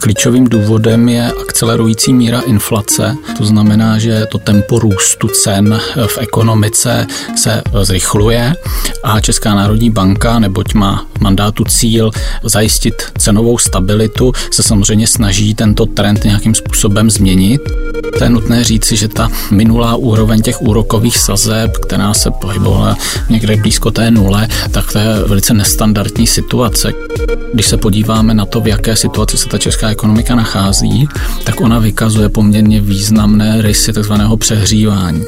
klíčovým důvodem je akcelerující míra inflace. To znamená, že to tempo růstu cen v ekonomice se zrychluje a Česká národní banka, neboť má v mandátu cíl zajistit cenovou stabilitu, se samozřejmě snaží tento trend nějakým způsobem změnit. To je nutné říci, že ta minulá úroveň těch úrokových sazeb, která se pohybovala někde blízko té nule, tak to je velice nestandardní situace. Když se podíváme na to, v jaké situaci se ta česká ekonomika nachází, tak ona vykazuje poměrně významné rysy takzvaného přehřívání.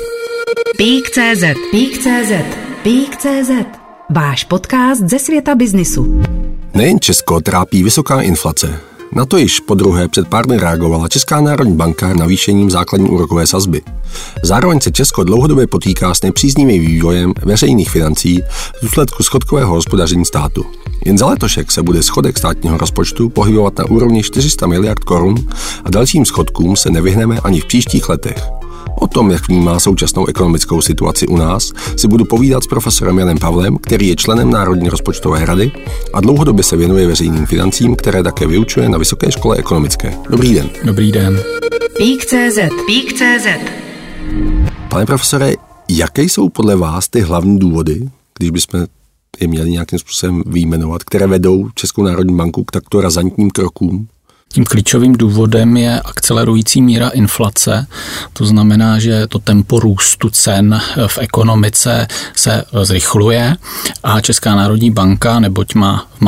Peak.cz Váš podcast ze světa biznisu. Nejen Česko trápí vysoká inflace. Na to již podruhé před pár dny reagovala Česká národní banka navýšením základní úrokové sazby. Zároveň se Česko dlouhodobě potýká s nepříznivým vývojem veřejných financí v důsledku schodkového hospodaření státu. Jen za letošek se bude schodek státního rozpočtu pohybovat na úrovni 400 miliard korun a dalším schodkům se nevyhneme ani v příštích letech. O tom, jak vnímá současnou ekonomickou situaci u nás, si budu povídat s profesorem Janem Pavlem, který je členem Národní rozpočtové rady a dlouhodobě se věnuje veřejným financím, které také vyučuje na Vysoké škole ekonomické. Dobrý den. Dobrý den. Peak.cz Pane profesore, jaké jsou podle vás ty hlavní důvody, když bychom je měli nějakým způsobem vyjmenovat, které vedou Českou národní banku k takto razantním krokům? Tím klíčovým důvodem je akcelerující míra inflace. To znamená, že to tempo růstu cen v ekonomice se zrychluje a Česká národní banka, neboť má v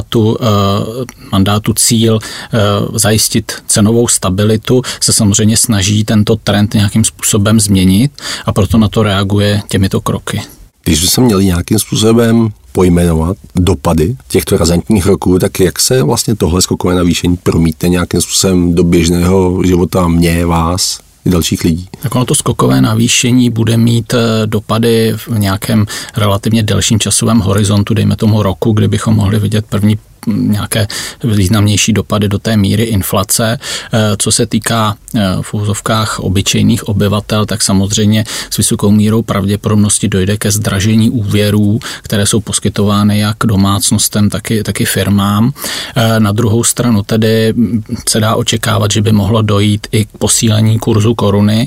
mandátu cíl zajistit cenovou stabilitu, se samozřejmě snaží tento trend nějakým způsobem změnit a proto na to reaguje těmito kroky. Když bychom měli nějakým způsobem pojmenovat dopady těchto razantních roků, tak jak se vlastně tohle skokové navýšení promítne nějakým způsobem do běžného života mě, vás i dalších lidí? Tak ono to skokové navýšení bude mít dopady v nějakém relativně delším časovém horizontu, dejme tomu roku, kdy bychom mohli vidět první nějaké významnější dopady do té míry inflace. Co se týká v úzovkách obyčejných obyvatel, tak samozřejmě s vysokou mírou pravděpodobnosti dojde ke zdražení úvěrů, které jsou poskytovány jak domácnostem, taky firmám. Na druhou stranu tedy se dá očekávat, že by mohlo dojít i k posílení kurzu koruny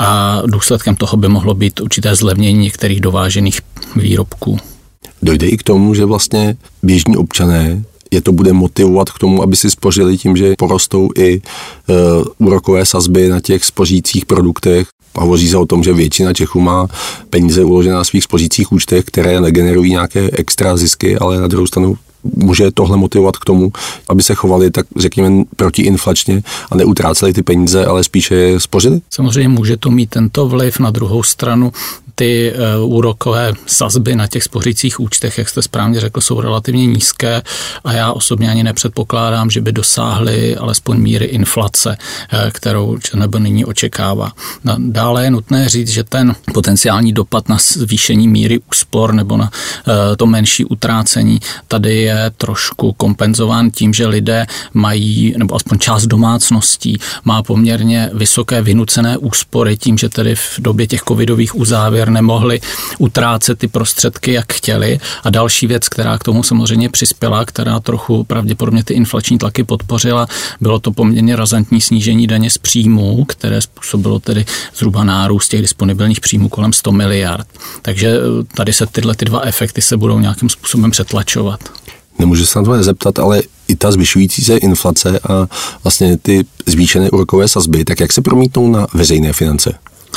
a důsledkem toho by mohlo být určité zlevnění některých dovážených výrobků. Dojde i k tomu, že vlastně běžní občané je to bude motivovat k tomu, aby si spořili tím, že porostou i úrokové sazby na těch spořících produktech. Hovoří se o tom, že většina Čechů má peníze uložené na svých spořících účtech, které negenerují nějaké extra zisky, ale na druhou stranu může tohle motivovat k tomu, aby se chovali tak řekněme protiinflačně a neutráceli ty peníze, ale spíše je spořili? Samozřejmě může to mít tento vliv. Na druhou stranu ty úrokové sazby na těch spořících účtech, jak jste správně řekl, jsou relativně nízké a já osobně ani nepředpokládám, že by dosáhly alespoň míry inflace, kterou nebo nyní očekává. Dále je nutné říct, že ten potenciální dopad na zvýšení míry úspor nebo na to menší utrácení tady je trošku kompenzován tím, že lidé mají, nebo aspoň část domácností má poměrně vysoké vynucené úspory tím, že tedy v době těch covidových uzávěr nemohli utrácet ty prostředky, jak chtěli. A další věc, která k tomu samozřejmě přispěla, která trochu pravděpodobně ty inflační tlaky podpořila, bylo to poměrně razantní snížení daně z příjmů, které způsobilo tedy zhruba nárůst těch disponibilních příjmů kolem 100 miliard. Takže tady se tyhle dva efekty se budou nějakým způsobem přetlačovat. Nemůžu se na to nezeptat, ale i ta zvyšující se inflace a vlastně ty zvýšené úrokové sazby, tak jak se promítnou na veřejné finance?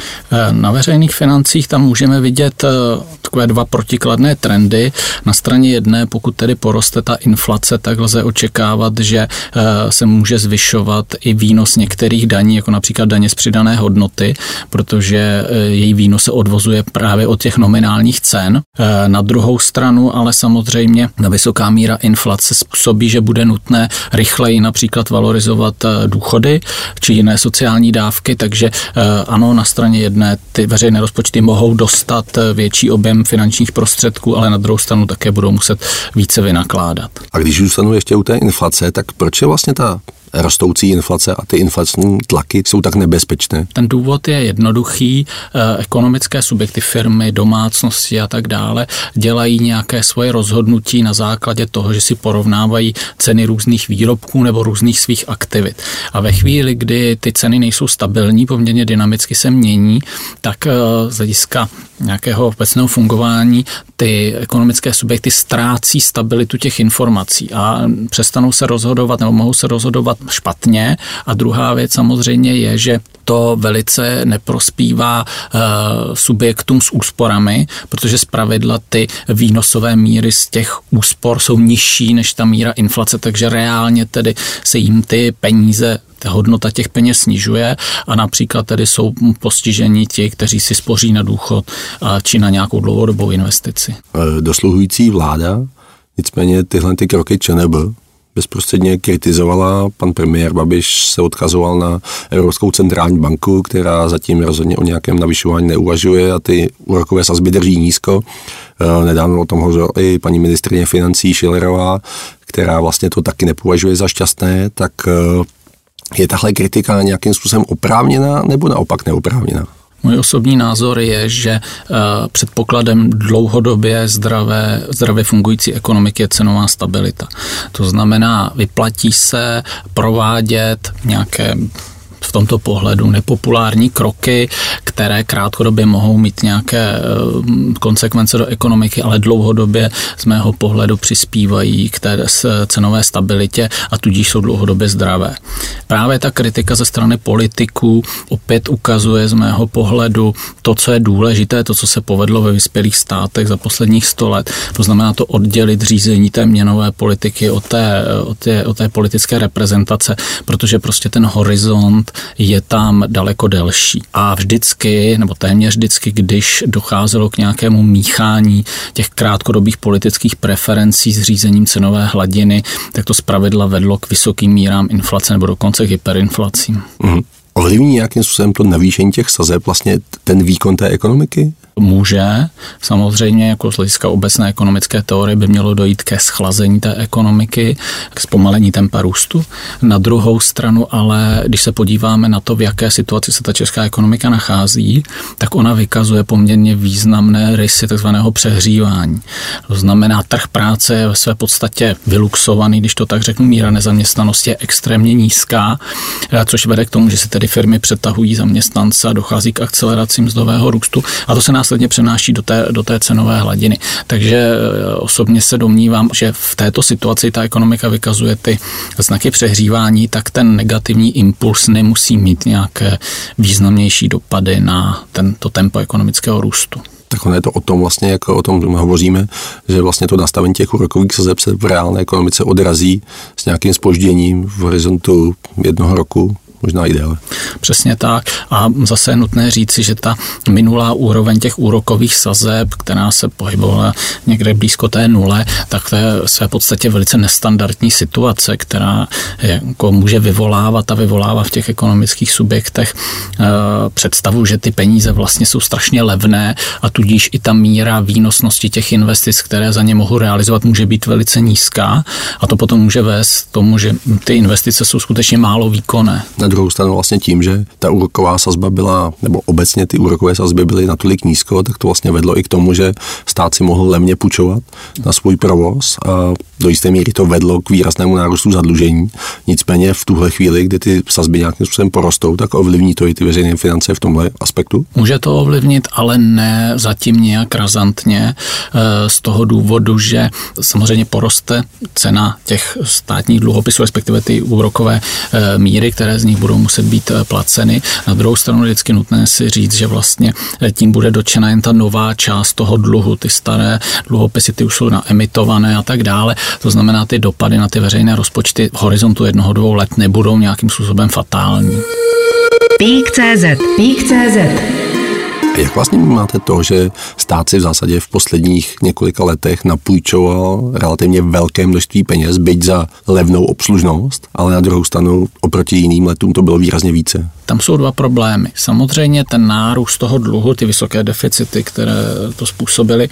Na veřejných financích tam můžeme vidět takové dva protikladné trendy. Na straně jedné, pokud tedy poroste ta inflace, tak lze očekávat, že se může zvyšovat i výnos některých daní, jako například daně z přidané hodnoty, protože její výnos se odvozuje právě od těch nominálních cen. Na druhou stranu ale samozřejmě vysoká míra inflace způsobí, že bude nutné rychleji například valorizovat důchody či jiné sociální dávky, takže ano, na straně jedné ty veřejné rozpočty mohou dostat větší objem finančních prostředků, ale na druhou stranu také budou muset více vynakládat. A když zůstanu ještě u té inflace, tak proč je vlastně ta rostoucí inflace a ty inflační tlaky jsou tak nebezpečné? Ten důvod je jednoduchý. Ekonomické subjekty, firmy, domácnosti a tak dále dělají nějaké svoje rozhodnutí na základě toho, že si porovnávají ceny různých výrobků nebo různých svých aktivit. A ve chvíli, kdy ty ceny nejsou stabilní, poměrně dynamicky se mění, tak z hlediska nějakého obecného fungování ty ekonomické subjekty ztrácí stabilitu těch informací a přestanou se rozhodovat nebo mohou se rozhodovat špatně. A druhá věc samozřejmě je, že to velice neprospívá subjektům s úsporami, protože zpravidla ty výnosové míry z těch úspor jsou nižší než ta míra inflace, takže reálně tedy se jim ty peníze, ta hodnota těch peněz snižuje a například tedy jsou postiženi ti, kteří si spoří na důchod či na nějakou dlouhodobou investici. Dosluhující vláda, nicméně tyhle ty kroky ČNB bezprostředně kritizovala. Pan premiér Babiš se odkazoval na Evropskou centrální banku, která zatím rozhodně o nějakém navyšování neuvažuje a ty úrokové sazby drží nízko. Nedávno o tom hovořila i paní ministryně financí Schillerová, která vlastně to taky nepovažuje za šťastné, tak je tahle kritika nějakým způsobem oprávněná nebo naopak neoprávněná? Můj osobní názor je, že předpokladem dlouhodobě zdravě fungující ekonomiky je cenová stabilita. To znamená, vyplatí se provádět nějaké v tomto pohledu nepopulární kroky, které krátkodobě mohou mít nějaké konsekvence do ekonomiky, ale dlouhodobě z mého pohledu přispívají k té cenové stabilitě a tudíž jsou dlouhodobě zdravé. Právě ta kritika ze strany politiků opět ukazuje z mého pohledu to, co je důležité, to, co se povedlo ve vyspělých státech za posledních 100 let. To znamená to oddělit řízení té měnové politiky od té politické reprezentace, protože prostě ten horizont je tam daleko delší. A vždycky, nebo téměř vždycky, když docházelo k nějakému míchání těch krátkodobých politických preferencí s řízením cenové hladiny, tak to zpravidla vedlo k vysokým mírám inflace nebo dokonce k hyperinflacím. Ovlivní nějakým způsobem to navýšení těch sazeb vlastně ten výkon té ekonomiky? Může. Samozřejmě jako z hlediska obecné ekonomické teorie by mělo dojít ke schlazení té ekonomiky, k zpomalení tempa růstu. Na druhou stranu ale, když se podíváme na to, v jaké situaci se ta česká ekonomika nachází, tak ona vykazuje poměrně významné rysy takzvaného přehřívání. To znamená, trh práce je ve své podstatě vyluxovaný, když to tak řeknu, míra nezaměstnanosti je extrémně nízká, což vede k tomu, že se tedy firmy přetahují zaměstnance a dochází k akceleraci mzdového růstu a to se následně přenáší do té cenové hladiny. Takže osobně se domnívám, že v této situaci ta ekonomika vykazuje ty znaky přehřívání, tak ten negativní impuls nemusí mít nějaké významnější dopady na to tempo ekonomického růstu. Tak ono je to o tom vlastně, jako o tom hovoříme, že vlastně to nastavení těch úrokových sazeb se v reálné ekonomice odrazí s nějakým zpožděním v horizontu 1 roku, možná i déle. Přesně tak. A zase je nutné říci, že ta minulá úroveň těch úrokových sazeb, která se pohybovala někde blízko té nule, tak to je v podstatě velice nestandardní situace, která jako může vyvolává v těch ekonomických subjektech představu, že ty peníze vlastně jsou strašně levné a tudíž i ta míra výnosnosti těch investic, které za ně mohou realizovat, může být velice nízká a to potom může vést k tomu, že ty investice jsou skutečně málo výkonné. Na druhou stranu vlastně tím, že ta úroková sazba byla, nebo obecně ty úrokové sazby byly natolik nízko, tak to vlastně vedlo i k tomu, že stát si mohl levně půjčovat na svůj provoz a do jisté míry to vedlo k výraznému nárůstu zadlužení. Nicméně v tuhle chvíli, kdy ty sazby nějakým způsobem porostou, tak ovlivní to i ty veřejné finance v tomhle aspektu? Může to ovlivnit, ale ne zatím nějak razantně z toho důvodu, že samozřejmě poroste cena těch státních dluhopisů, respektive ty úrokové míry, které z nich budou muset být placeny. Na druhou stranu je vždycky nutné si říct, že vlastně tím bude dotčena jen ta nová část toho dluhu. Ty staré dluhopisy, ty už jsou naemitované a tak dále. To znamená, ty dopady na ty veřejné rozpočty v horizontu 1-2 let nebudou nějakým způsobem fatální. Peak.cz Jak vlastně máte to, že stát si v zásadě v posledních několika letech napůjčoval relativně velké množství peněz, byť za levnou obslužnost, ale na druhou stranu oproti jiným letům to bylo výrazně více? Tam jsou dva problémy. Samozřejmě ten nárůst toho dluhu, ty vysoké deficity, které to způsobily,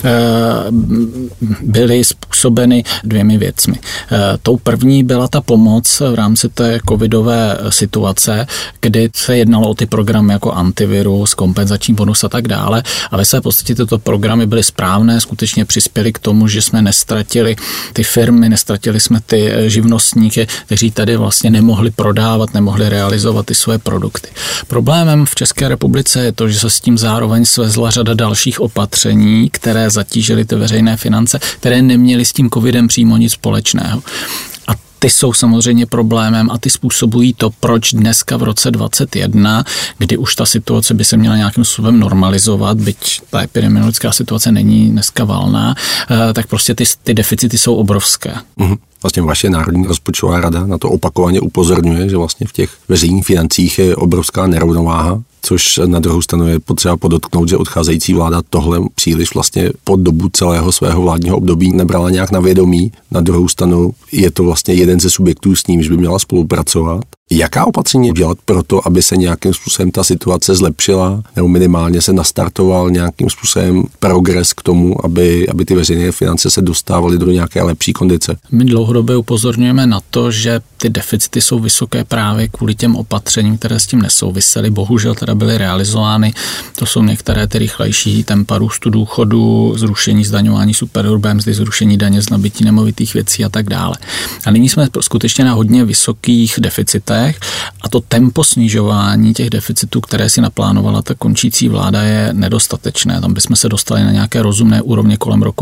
byly způsobeny dvěmi věcmi. Tou první byla ta pomoc v rámci té covidové situace, kdy se jednalo o ty programy jako antivirus, kompenzační bonus a tak dále. A ve své podstatě tyto programy byly správné, skutečně přispěly k tomu, že jsme nestratili ty firmy, nestratili jsme ty živnostníky, kteří tady vlastně nemohli prodávat, nemohli realizovat ty své produkty. Problémem v České republice je to, že se s tím zároveň svezla řada dalších opatření, které zatížily ty veřejné finance, které neměly s tím covidem přímo nic společného. A ty jsou samozřejmě problémem a ty způsobují to, proč dneska v roce 2021, kdy už ta situace by se měla nějakým způsobem normalizovat, byť ta epidemiologická situace není dneska valná, tak prostě ty deficity jsou obrovské. Vlastně vaše Národní rozpočtová rada na to opakovaně upozorňuje, že vlastně v těch veřejných financích je obrovská nerovnováha, což na druhou stranu je potřeba podotknout, že odcházející vláda tohle příliš vlastně po dobu celého svého vládního období nebrala nějak na vědomí. Na druhou stranu je to vlastně jeden ze subjektů, s nímž by měla spolupracovat. Jaká opatření dělat pro to, aby se nějakým způsobem ta situace zlepšila, nebo minimálně se nastartoval nějakým způsobem progres k tomu, aby ty veřejné finance se dostávaly do nějaké lepší kondice? My dlouhodobě upozorňujeme na to, že ty deficity jsou vysoké právě kvůli těm opatřením, které s tím nesouvisely. Bohužel teda byly realizovány. To jsou některé ty rychlejší tempa růstu důchodu, zrušení zdaňování superhrubé mzdy, zrušení daně z nabytí nemovitých věcí a tak dále. A nyní jsme skutečně na hodně vysokých deficitech a to tempo snižování těch deficitů, které si naplánovala ta končící vláda, je nedostatečné. Tam bychom se dostali na nějaké rozumné úrovně kolem roku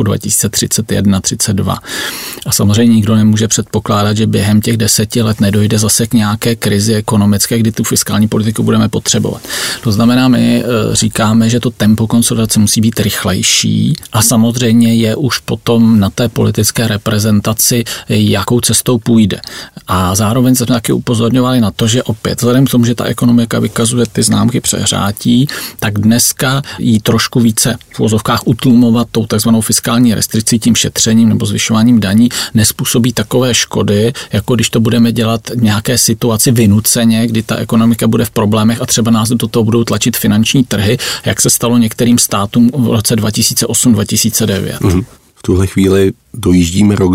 2031-32. A samozřejmě nikdo nemůže předpokládat, že během těch 10 let nedojde zase k nějaké krizi ekonomické, kdy tu fiskální politiku budeme potřebovat. To znamená, my říkáme, že to tempo konsolidace musí být rychlejší a samozřejmě je už potom na té politické reprezentaci, jakou cestou půjde. A zároveň jsme taky upozorňovali na to, že opět vzhledem k tomu, že ta ekonomika vykazuje ty známky přehřátí, tak dneska jí trošku více v uvozovkách utlumovat tou takzvanou fiskální restrikcí, tím šetřením nebo zvyšováním daní nezpůsobí takové škody, jako když to budeme dělat v nějaké situaci vynuceně, kdy ta ekonomika bude v problémech a třeba nás do toho budou tlačit finanční trhy, jak se stalo některým státům v roce 2008-2009. V tuhle chvíli dojíždíme rok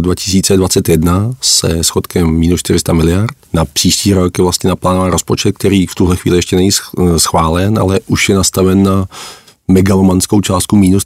2021 se schodkem minus 400 miliard. Na příští rok je vlastně naplánován rozpočet, který v tuhle chvíli ještě není schválen, ale už je nastaven na megalomanskou částku minus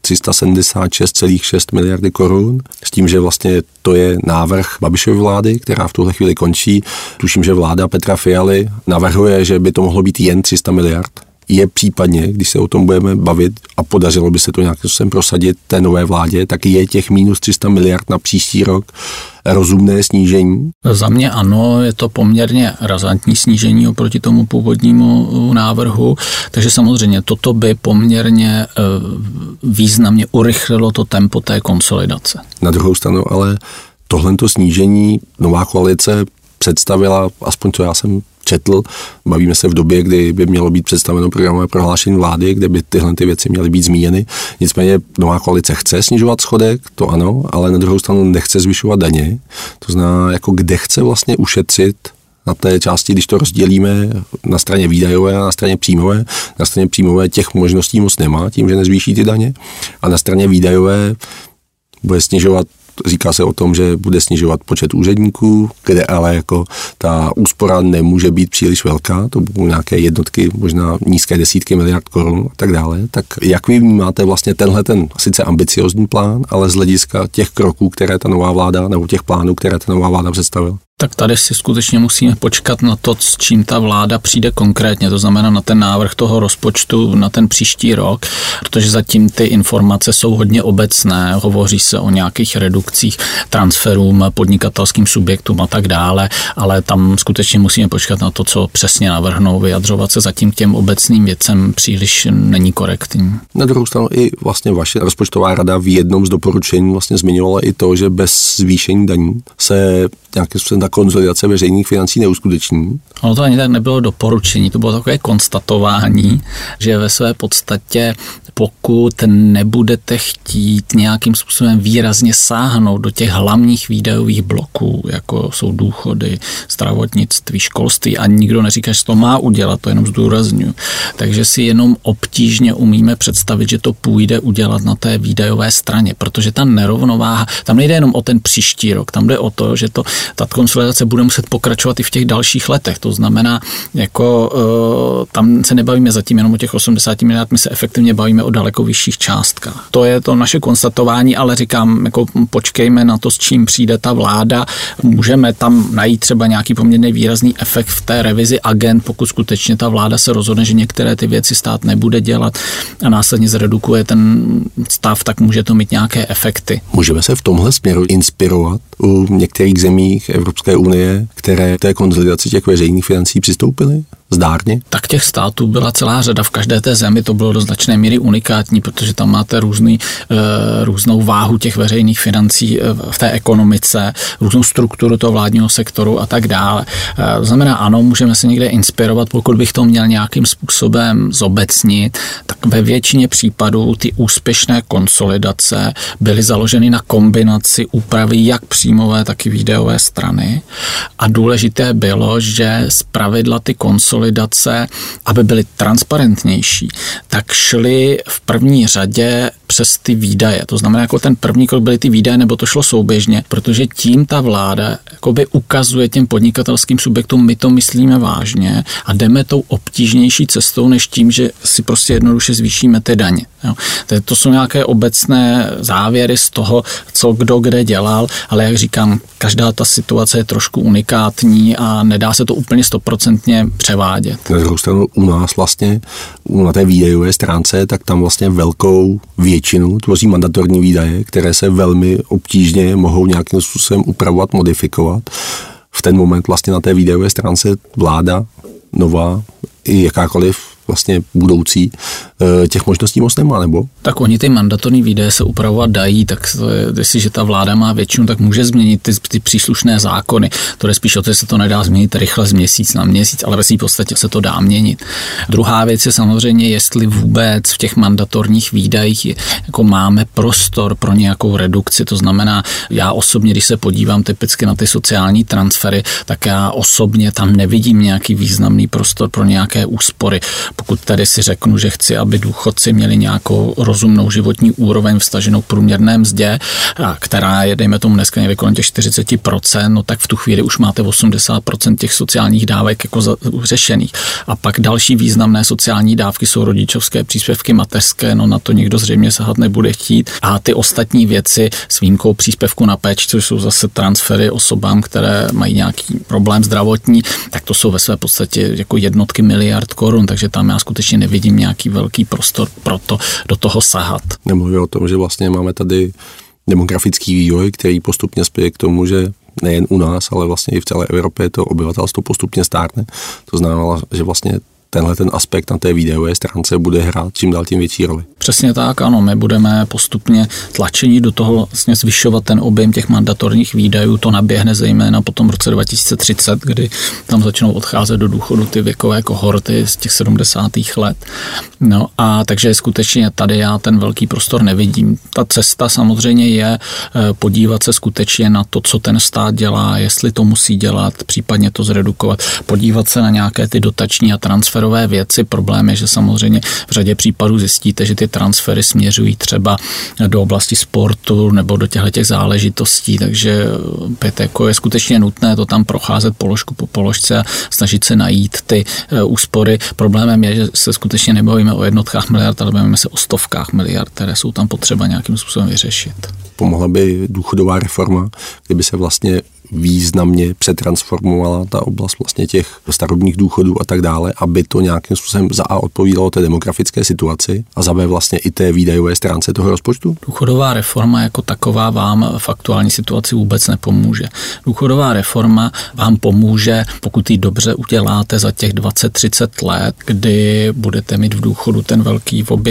376,6 miliardy korun. S tím, že vlastně to je návrh Babišovy vlády, která v tuhle chvíli končí. Tuším, že vláda Petra Fialy navrhuje, že by to mohlo být jen 300 miliard. Je případně, když se o tom budeme bavit a podařilo by se to nějakým způsobem prosadit té nové vládě, tak je těch minus 300 miliard na příští rok rozumné snížení? Za mě ano, je to poměrně razantní snížení oproti tomu původnímu návrhu, takže samozřejmě toto by poměrně významně urychlilo to tempo té konsolidace. Na druhou stranu ale tohleto snížení nová koalice představila, aspoň co já jsem četl, bavíme se v době, kdy by mělo být představeno programové prohlášení vlády, kde by tyhle ty věci měly být zmíněny. Nicméně nová koalice chce snižovat schodek, to ano, ale na druhou stranu nechce zvyšovat daně. To znamená, jako kde chce vlastně ušetřit na té části, když to rozdělíme na straně výdajové a na straně příjmové. Na straně příjmové těch možností moc nemá, tím, že nezvýší ty daně. A na straně výdajové bude snižovat. Říká se o tom, že bude snižovat počet úředníků, kde ale jako ta úspora nemůže být příliš velká, to budou nějaké jednotky, možná nízké desítky miliard korun a tak dále. Tak jak vy vnímáte vlastně tenhle ten sice ambiciozní plán, ale z hlediska těch kroků, které ta nová vláda, nebo těch plánů, které ta nová vláda představila? Tak tady si skutečně musíme počkat na to, s čím ta vláda přijde konkrétně, to znamená na ten návrh toho rozpočtu na ten příští rok, protože zatím ty informace jsou hodně obecné, hovoří se o nějakých redukcích transferům, podnikatelským subjektům a tak dále, ale tam skutečně musíme počkat na to, co přesně navrhnou, vyjadřovat se zatím k těm obecným věcem příliš není korektní. Na druhou stranu i vlastně vaše rozpočtová rada v jednom z doporučení vlastně zmiňovala i to, že bez zvýšení daní se nějakým způsobem ta konsolidace veřejných financí neuskuteční? Ono to ani tak nebylo doporučení, to bylo takové konstatování, že ve své podstatě pokud nebudete chtít nějakým způsobem výrazně sáhnout do těch hlavních výdajových bloků, jako jsou důchody, zdravotnictví, školství, a nikdo neříká, že to má udělat, to jenom zdůrazňuji. Takže si jenom obtížně umíme představit, že to půjde udělat na té výdajové straně, protože ta nerovnováha, tam nejde jenom o ten příští rok, tam jde o to, že ta konsolidace bude muset pokračovat i v těch dalších letech. To znamená, tam se nebavíme zatím jenom o těch 80 miliard, my se efektivně bavíme o daleko vyšších částkách. To je to naše konstatování, ale říkám, počkejme na to, s čím přijde ta vláda. Můžeme tam najít třeba nějaký poměrně výrazný efekt v té revizi agend, pokud skutečně ta vláda se rozhodne, že některé ty věci stát nebude dělat a následně zredukuje ten stav, tak může to mít nějaké efekty. Můžeme se v tomhle směru inspirovat u některých zemích Evropské unie, které té konsolidaci těch veřejných financí přistoupily? Zdárně? Tak těch států byla celá řada. V každé té zemi to bylo do značné míry unikátní, protože tam máte různou váhu těch veřejných financí v té ekonomice, různou strukturu toho vládního sektoru a tak dále. To znamená, ano, můžeme se někde inspirovat, pokud bych to měl nějakým způsobem zobecnit, tak ve většině případů ty úspěšné konsolidace byly založeny na kombinaci úpravy jak příjmové, tak i výdajové strany. A důležité bylo, že zpravidla ty konsolidace, aby byly transparentnější, tak šly v první řadě přes ty výdaje. To znamená, jako ten první krok byly ty výdaje, nebo to šlo souběžně, protože tím ta vláda jakoby ukazuje těm podnikatelským subjektům, my to myslíme vážně a jdeme tou obtížnější cestou, než tím, že si prostě jednoduše zvýšíme ty daně. Jo. To jsou nějaké obecné závěry z toho, co kdo kde dělal, ale jak říkám, každá ta situace je trošku unikátní a nedá se to úplně 100% převádět. Na druhou stranu u nás vlastně na té výdajové stránce, tak tam vlastně velkou většinu tvoří mandatorní výdaje, které se velmi obtížně mohou nějakým způsobem upravovat, modifikovat. V ten moment vlastně na té výdajové stránce vláda nová i jakákoliv vlastně budoucí těch možností moc nemá, nebo? Tak oni ty mandatorní výdaje se upravovat dají, tak jestliže ta vláda má většinu, tak může změnit ty příslušné zákony. To je spíš o to, že se to nedá změnit rychle z měsíc na měsíc, ale ve svým podstatě se to dá měnit. Druhá věc je samozřejmě, jestli vůbec v těch mandatorních výdajích jako máme prostor pro nějakou redukci. To znamená, já osobně, když se podívám typicky na ty sociální transfery, tak já osobně tam nevidím nějaký významný prostor pro nějaké úspory. Pokud tady si řeknu, že chci, aby důchodci měli nějakou rozumnou životní úroveň vztaženou k průměrné mzdě, která je, dejme tomu dneska někde kolem těch 40%, no tak v tu chvíli už máte 80% těch sociálních dávek jako řešených. A pak další významné sociální dávky jsou rodičovské příspěvky, mateřské, no na to nikdo zřejmě sahat nebude chtít. A ty ostatní věci s výjimkou příspěvku na péči, což jsou zase transfery osobám, které mají nějaký problém zdravotní, tak to jsou ve své podstatě jako jednotky miliard korun, takže tam já skutečně nevidím nějaký velký prostor pro to do toho sahat. Nemluvím o tom, že vlastně máme tady demografický vývoj, který postupně spěje k tomu, že nejen u nás, ale vlastně i v celé Evropě to obyvatelstvo postupně stárne. To znamená, že vlastně tenhle ten aspekt na té výdajové stránce bude hrát čím dál tím větší roli. Přesně tak, ano, my budeme postupně tlačení do toho vlastně zvyšovat ten objem těch mandatorních výdajů, to naběhne zejména potom v roce 2030, kdy tam začnou odcházet do důchodu ty věkové kohorty z těch 70. let. No a takže skutečně tady já ten velký prostor nevidím. Ta cesta samozřejmě je podívat se skutečně na to, co ten stát dělá, jestli to musí dělat, případně to zredukovat, podívat se na nějaké ty dotační a transferové věci. Problém je, že samozřejmě v řadě případů zjistíte, že ty transfery směřují třeba do oblasti sportu nebo do těchto záležitostí, takže jako je skutečně nutné to tam procházet položku po položce a snažit se najít ty úspory. Problémem je, že se skutečně nebavíme o jednotkách miliard, ale bavíme se o stovkách miliard, které jsou tam potřeba nějakým způsobem vyřešit. Pomohla by důchodová reforma, kdyby se vlastně významně přetransformovala ta oblast vlastně těch starobních důchodů a tak dále, aby to nějakým způsobem odpovídalo té demografické situaci a za B vlastně i té výdajové stránce toho rozpočtu? Důchodová reforma jako taková vám v aktuální situaci vůbec nepomůže. Důchodová reforma vám pomůže, pokud ji dobře uděláte za těch 20-30 let, kdy budete mít v důchodu ten velký objem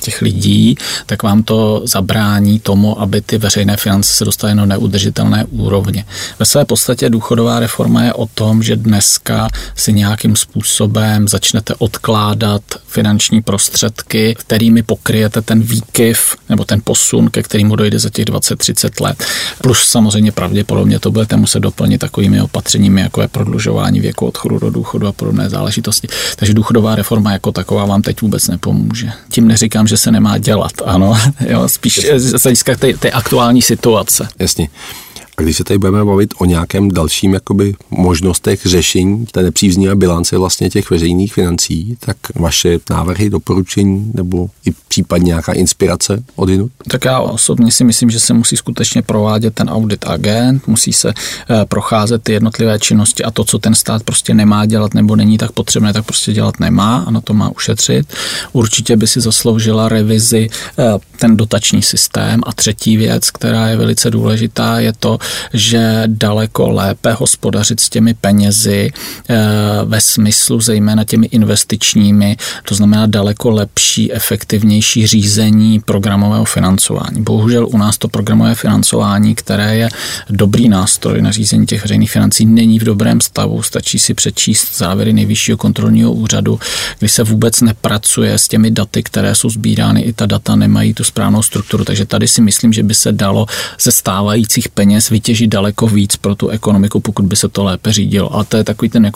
těch lidí, tak vám to zabrání tomu, aby ty veřejné finance se dostaly na neudržitelné úrovně. Ve své podstatě důchodová reforma je o tom, že dneska si nějakým způsobem začnete odkládat finanční prostředky, kterými pokryjete ten výkyv nebo ten posun, ke kterému dojde za těch 20-30 let. Plus samozřejmě pravděpodobně to budete muset doplnit takovými opatřeními, jako je prodlužování věku odchodu do důchodu a podobné záležitosti. Takže důchodová reforma jako taková vám teď vůbec nepomůže. Tím neříkám, že se nemá dělat, ano, jo, spíš z hlediska té aktuální situace. Jasně. A když se tady budeme bavit o nějakém dalším jakoby možnostech řešení té nepříznivé bilance vlastně těch veřejných financí, tak vaše návrhy, doporučení nebo i případně nějaká inspirace odjinud? Tak já osobně si myslím, že se musí skutečně provádět ten audit agent, musí se procházet ty jednotlivé činnosti a to, co ten stát prostě nemá dělat nebo není tak potřebné, tak prostě dělat nemá a na to má ušetřit. Určitě by si zasloužila revizi ten dotační systém a třetí věc, která je velice důležitá, je to, že daleko lépe hospodařit s těmi penězi ve smyslu zejména těmi investičními, to znamená daleko lepší, efektivnější řízení programového financování. Bohužel u nás to programové financování, které je dobrý nástroj na řízení těch veřejných financí, není v dobrém stavu. Stačí si přečíst závěry Nejvyššího kontrolního úřadu, kdy se vůbec nepracuje s těmi daty, které jsou sbírány, i ta data nemají tu správnou strukturu, takže tady si myslím, že by se dalo ze stávajících peněz vytěžit daleko víc pro tu ekonomiku, pokud by se to lépe řídilo. Ale to je takový ten jako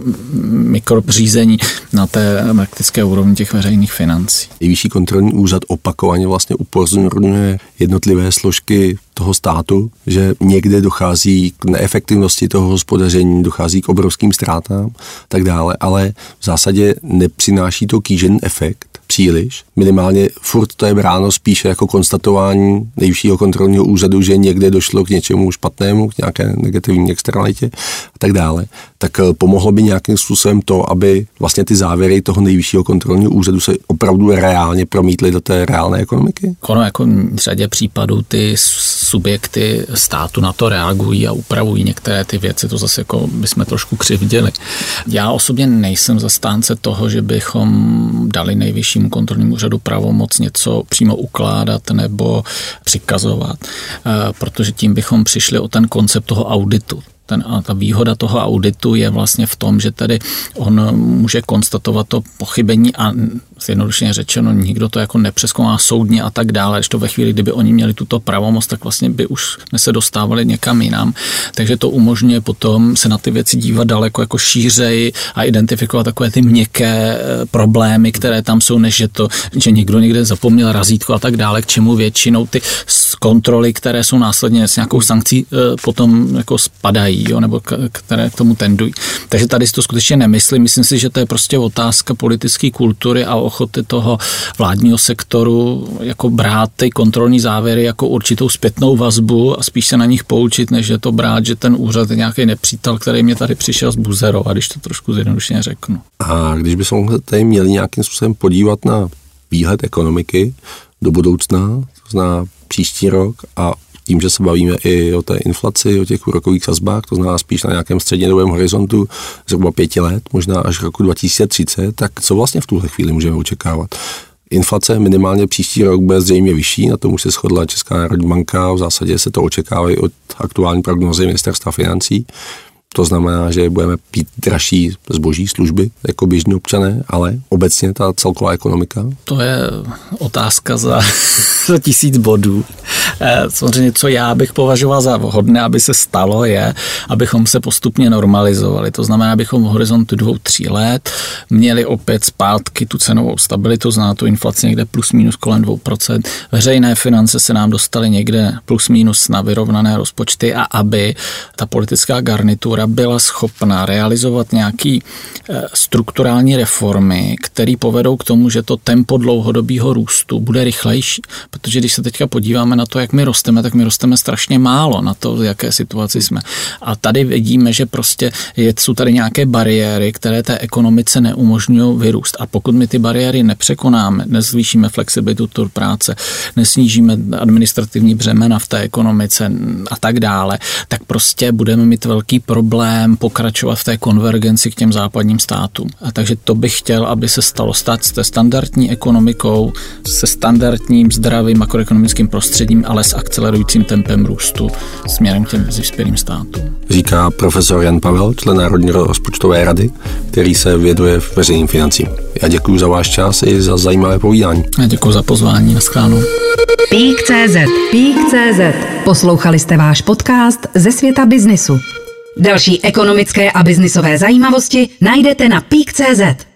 mikrořízení na té praktické úrovni těch veřejných financí. Nejvyšší kontrolní úřad opakovaně vlastně upozorňuje jednotlivé složky toho státu, že někde dochází k neefektivnosti toho hospodaření, dochází k obrovským ztrátám, tak dále, ale v zásadě nepřináší to kýžený efekt příliš. Minimálně furt to je bráno spíše jako konstatování Nejvyššího kontrolního úřadu, že někde došlo k něčemu špatnému, k nějaké negativní externalitě a tak dále. Tak pomohlo by nějakým způsobem to, aby vlastně ty závěry toho Nejvyššího kontrolního úřadu se opravdu reálně promítly do té reálné ekonomiky? Ono jako v řadě případů ty subjekty státu na to reagují a upravují některé ty věci, to zase jako bychom trošku křivděli. Já osobně nejsem zastánce toho, že bychom dali Nejvyššímu kontrolnímu úřadu pravomoc něco přímo ukládat nebo přikazovat, protože tím bychom přišli o ten koncept toho auditu. A ta výhoda toho auditu je vlastně v tom, že tady on může konstatovat to pochybení a zjednodušeně řečeno, nikdo to jako nepřezkoumá soudně a tak dále. Když to ve chvíli, kdyby oni měli tuto pravomoc, tak vlastně by už se dostávali někam jinam. Takže to umožňuje potom se na ty věci dívat daleko jako šířeji a identifikovat takové ty měkké problémy, které tam jsou, než že někdo někde zapomněl razítko a tak dále, k čemu většinou ty kontroly, které jsou následně s nějakou sankcí potom jako spadají, jo, nebo které k tomu tendují. Takže tady si to skutečně nemyslím. Myslím si, že to je prostě otázka politické kultury a ochoty toho vládního sektoru jako brát ty kontrolní závěry jako určitou zpětnou vazbu a spíš se na nich poučit, než je to brát, že ten úřad je nějaký nepřítel, který mě tady přišel zbuzerovat, když to trošku zjednodušeně řeknu. A když bychom tady měli nějakým způsobem podívat na výhled ekonomiky do budoucna, to znamená příští rok a tím, že se bavíme i o té inflaci, o těch úrokových sazbách, to znamená spíš na nějakém střednědobém horizontu zhruba 5 let, možná až roku 2030, tak co vlastně v tuhle chvíli můžeme očekávat? Inflace minimálně příští rok bude zřejmě vyšší, na tom už se shodla Česká národní banka, v zásadě se to očekává i od aktuální prognózy ministerstva financí. To znamená, že budeme pít dražší zboží, služby jako běžní občané, ale obecně ta celková ekonomika? To je otázka za 1000 bodů. Samozřejmě, co já bych považoval za vhodné, aby se stalo, je, abychom se postupně normalizovali. To znamená, abychom v horizontu 2-3 let měli opět zpátky tu cenovou stabilitu, zná tu inflaci někde plus minus kolem 2%. Veřejné finance se nám dostaly někde plus minus na vyrovnané rozpočty a aby ta politická garnitura byla schopna realizovat nějaký strukturální reformy, které povedou k tomu, že to tempo dlouhodobého růstu bude rychlejší. Protože když se teďka podíváme na to, jak my rosteme, tak my rosteme strašně málo na to, v jaké situaci jsme. A tady vidíme, že prostě jsou tady nějaké bariéry, které té ekonomice neumožňují vyrůst. A pokud my ty bariéry nepřekonáme, nezvýšíme flexibilitu trhu práce, nesnížíme administrativní břemena v té ekonomice a tak dále, tak prostě budeme mít velký problém problém pokračovat v té konvergenci k těm západním státům. A takže to bych chtěl, aby se stalo stát se standardní ekonomikou, se standardním zdravým makroekonomickým prostředím, ale s akcelerujícím tempem růstu směrem k těm vyspělým státům. Říká profesor Jan Pavel, člen Národní rozpočtové rady, který se věnuje veřejným financím. Já děkuji za váš čas i za zajímavé povídání. Já děkuji za pozvání, naschledanou. Peak.cz. Poslouchali jste váš podcast ze světa biznisu. Další ekonomické a biznisové zajímavosti najdete na Peak.cz.